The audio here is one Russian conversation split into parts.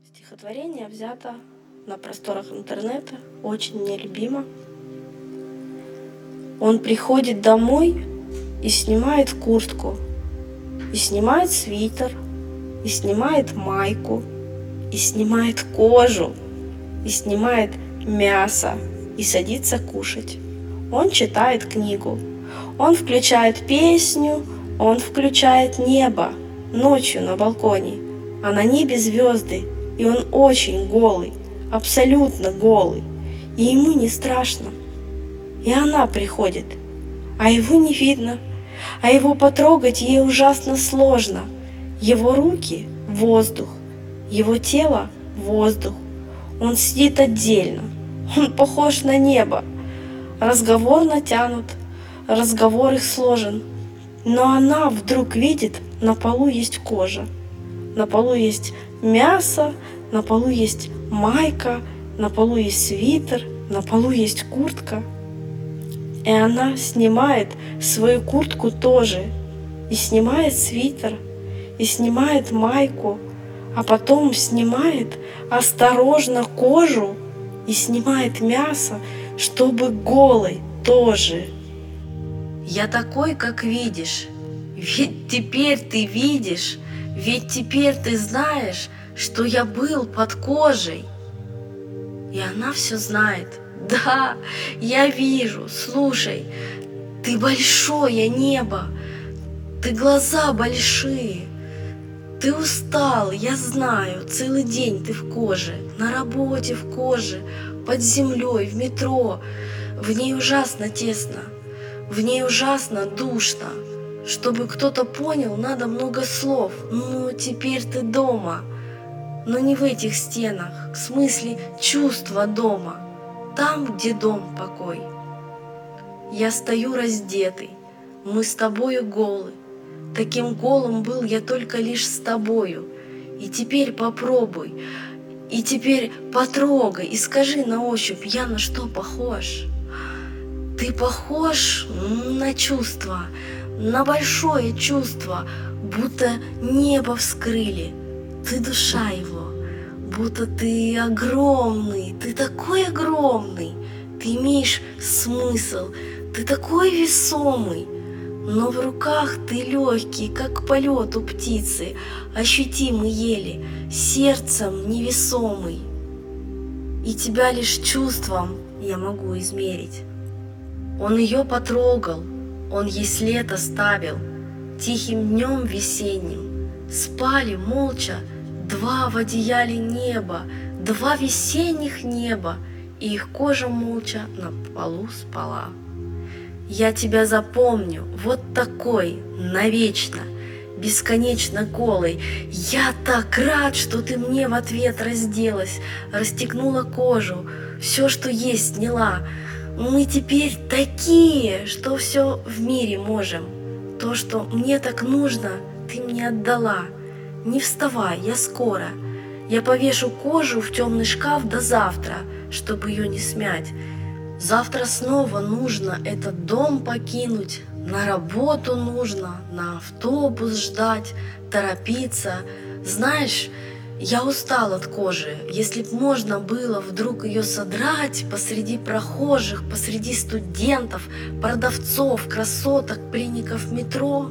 Стихотворение взято на просторах интернета, очень мне любимо. Он приходит домой и снимает куртку, и снимает свитер, и снимает майку, и снимает кожу, и снимает мясо, и садится кушать. Он читает книгу, он включает песню, он включает небо ночью на балконе, а на небе звезды, и он очень голый, абсолютно голый, и ему не страшно. И она приходит, а его не видно, а его потрогать ей ужасно сложно. Его руки — воздух, его тело — воздух. Он сидит отдельно, он похож на небо. Разговор натянут, разговор их сложен. Но она вдруг видит, на полу есть кожа, на полу есть мясо, на полу есть майка, на полу есть свитер, на полу есть куртка. И она снимает свою куртку тоже, и снимает свитер, и снимает майку, а потом снимает осторожно кожу и снимает мясо, чтобы голой тоже. Я такой, как видишь, ведь теперь ты видишь, ведь теперь ты знаешь, что я был под кожей. И она все знает. Да, я вижу, слушай, ты большое небо, ты глаза большие, ты устал, я знаю, целый день ты в коже, на работе в коже, под землей, в метро, в ней ужасно тесно, в ней ужасно душно. Чтобы кто-то понял, надо много слов, но теперь ты дома, но не в этих стенах, в смысле чувства дома. Там, где дом, покой. Я стою раздетый, мы с тобою голы. Таким голым был я только лишь с тобою. И теперь попробуй, и теперь потрогай, и скажи на ощупь, я на что похож? Ты похож на чувство, на большое чувство, будто небо вскрыли. Ты душа его. Будто ты огромный, ты такой огромный, ты имеешь смысл, ты такой весомый, но в руках ты легкий, как полет у птицы, ощутимый еле, сердцем невесомый. И тебя лишь чувством я могу измерить. Он ее потрогал, он ей след оставил, тихим днем весенним спали молча два в одеяле неба, два весенних неба, и их кожа молча на полу спала. Я тебя запомню, вот такой, навечно, бесконечно голой. Я так рад, что ты мне в ответ разделась, расстегнула кожу, все, что есть, сняла. Мы теперь такие, что все в мире можем. То, что мне так нужно, ты мне отдала. Не вставай, я скоро. Я повешу кожу в темный шкаф до завтра, чтобы ее не смять. Завтра снова нужно этот дом покинуть, на работу нужно, на автобус ждать, торопиться. Знаешь, я устал от кожи. Если б можно было вдруг ее содрать посреди прохожих, посреди студентов, продавцов, красоток, пленников метро.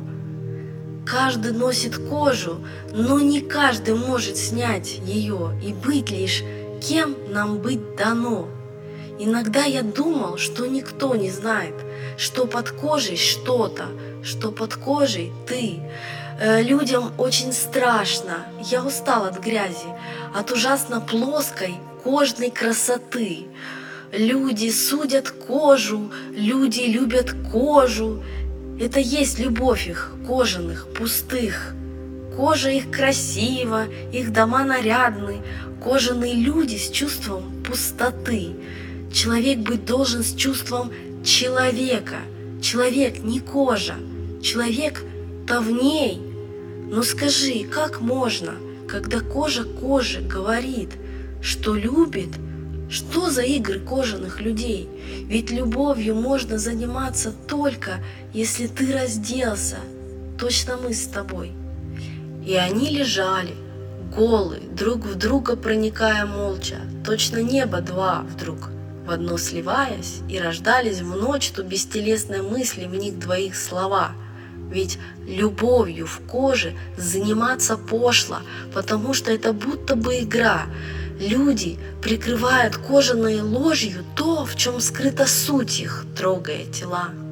Каждый носит кожу, но не каждый может снять ее и быть лишь кем нам быть дано. Иногда я думал, что никто не знает, что под кожей что-то, что под кожей ты. Людям очень страшно, я устал от грязи, от ужасно плоской кожной красоты. Люди судят кожу, люди любят кожу. Это есть любовь их, кожаных, пустых. Кожа их красива, их дома нарядны, кожаные люди с чувством пустоты. Человек быть должен с чувством человека. Человек не кожа, человек-то в ней. Но скажи, как можно, когда кожа кожи говорит, что любит? Что за игры кожаных людей? Ведь любовью можно заниматься только, если ты разделся. Точно мы с тобой. И они лежали, голый, друг в друга проникая молча, точно небо два вдруг, в одно сливаясь, и рождались в ночь ту бестелесной мысли в них двоих слова. Ведь любовью в коже заниматься пошло, потому что это будто бы игра. Люди прикрывают кожаной ложью то, в чем скрыта суть их, трогая тела.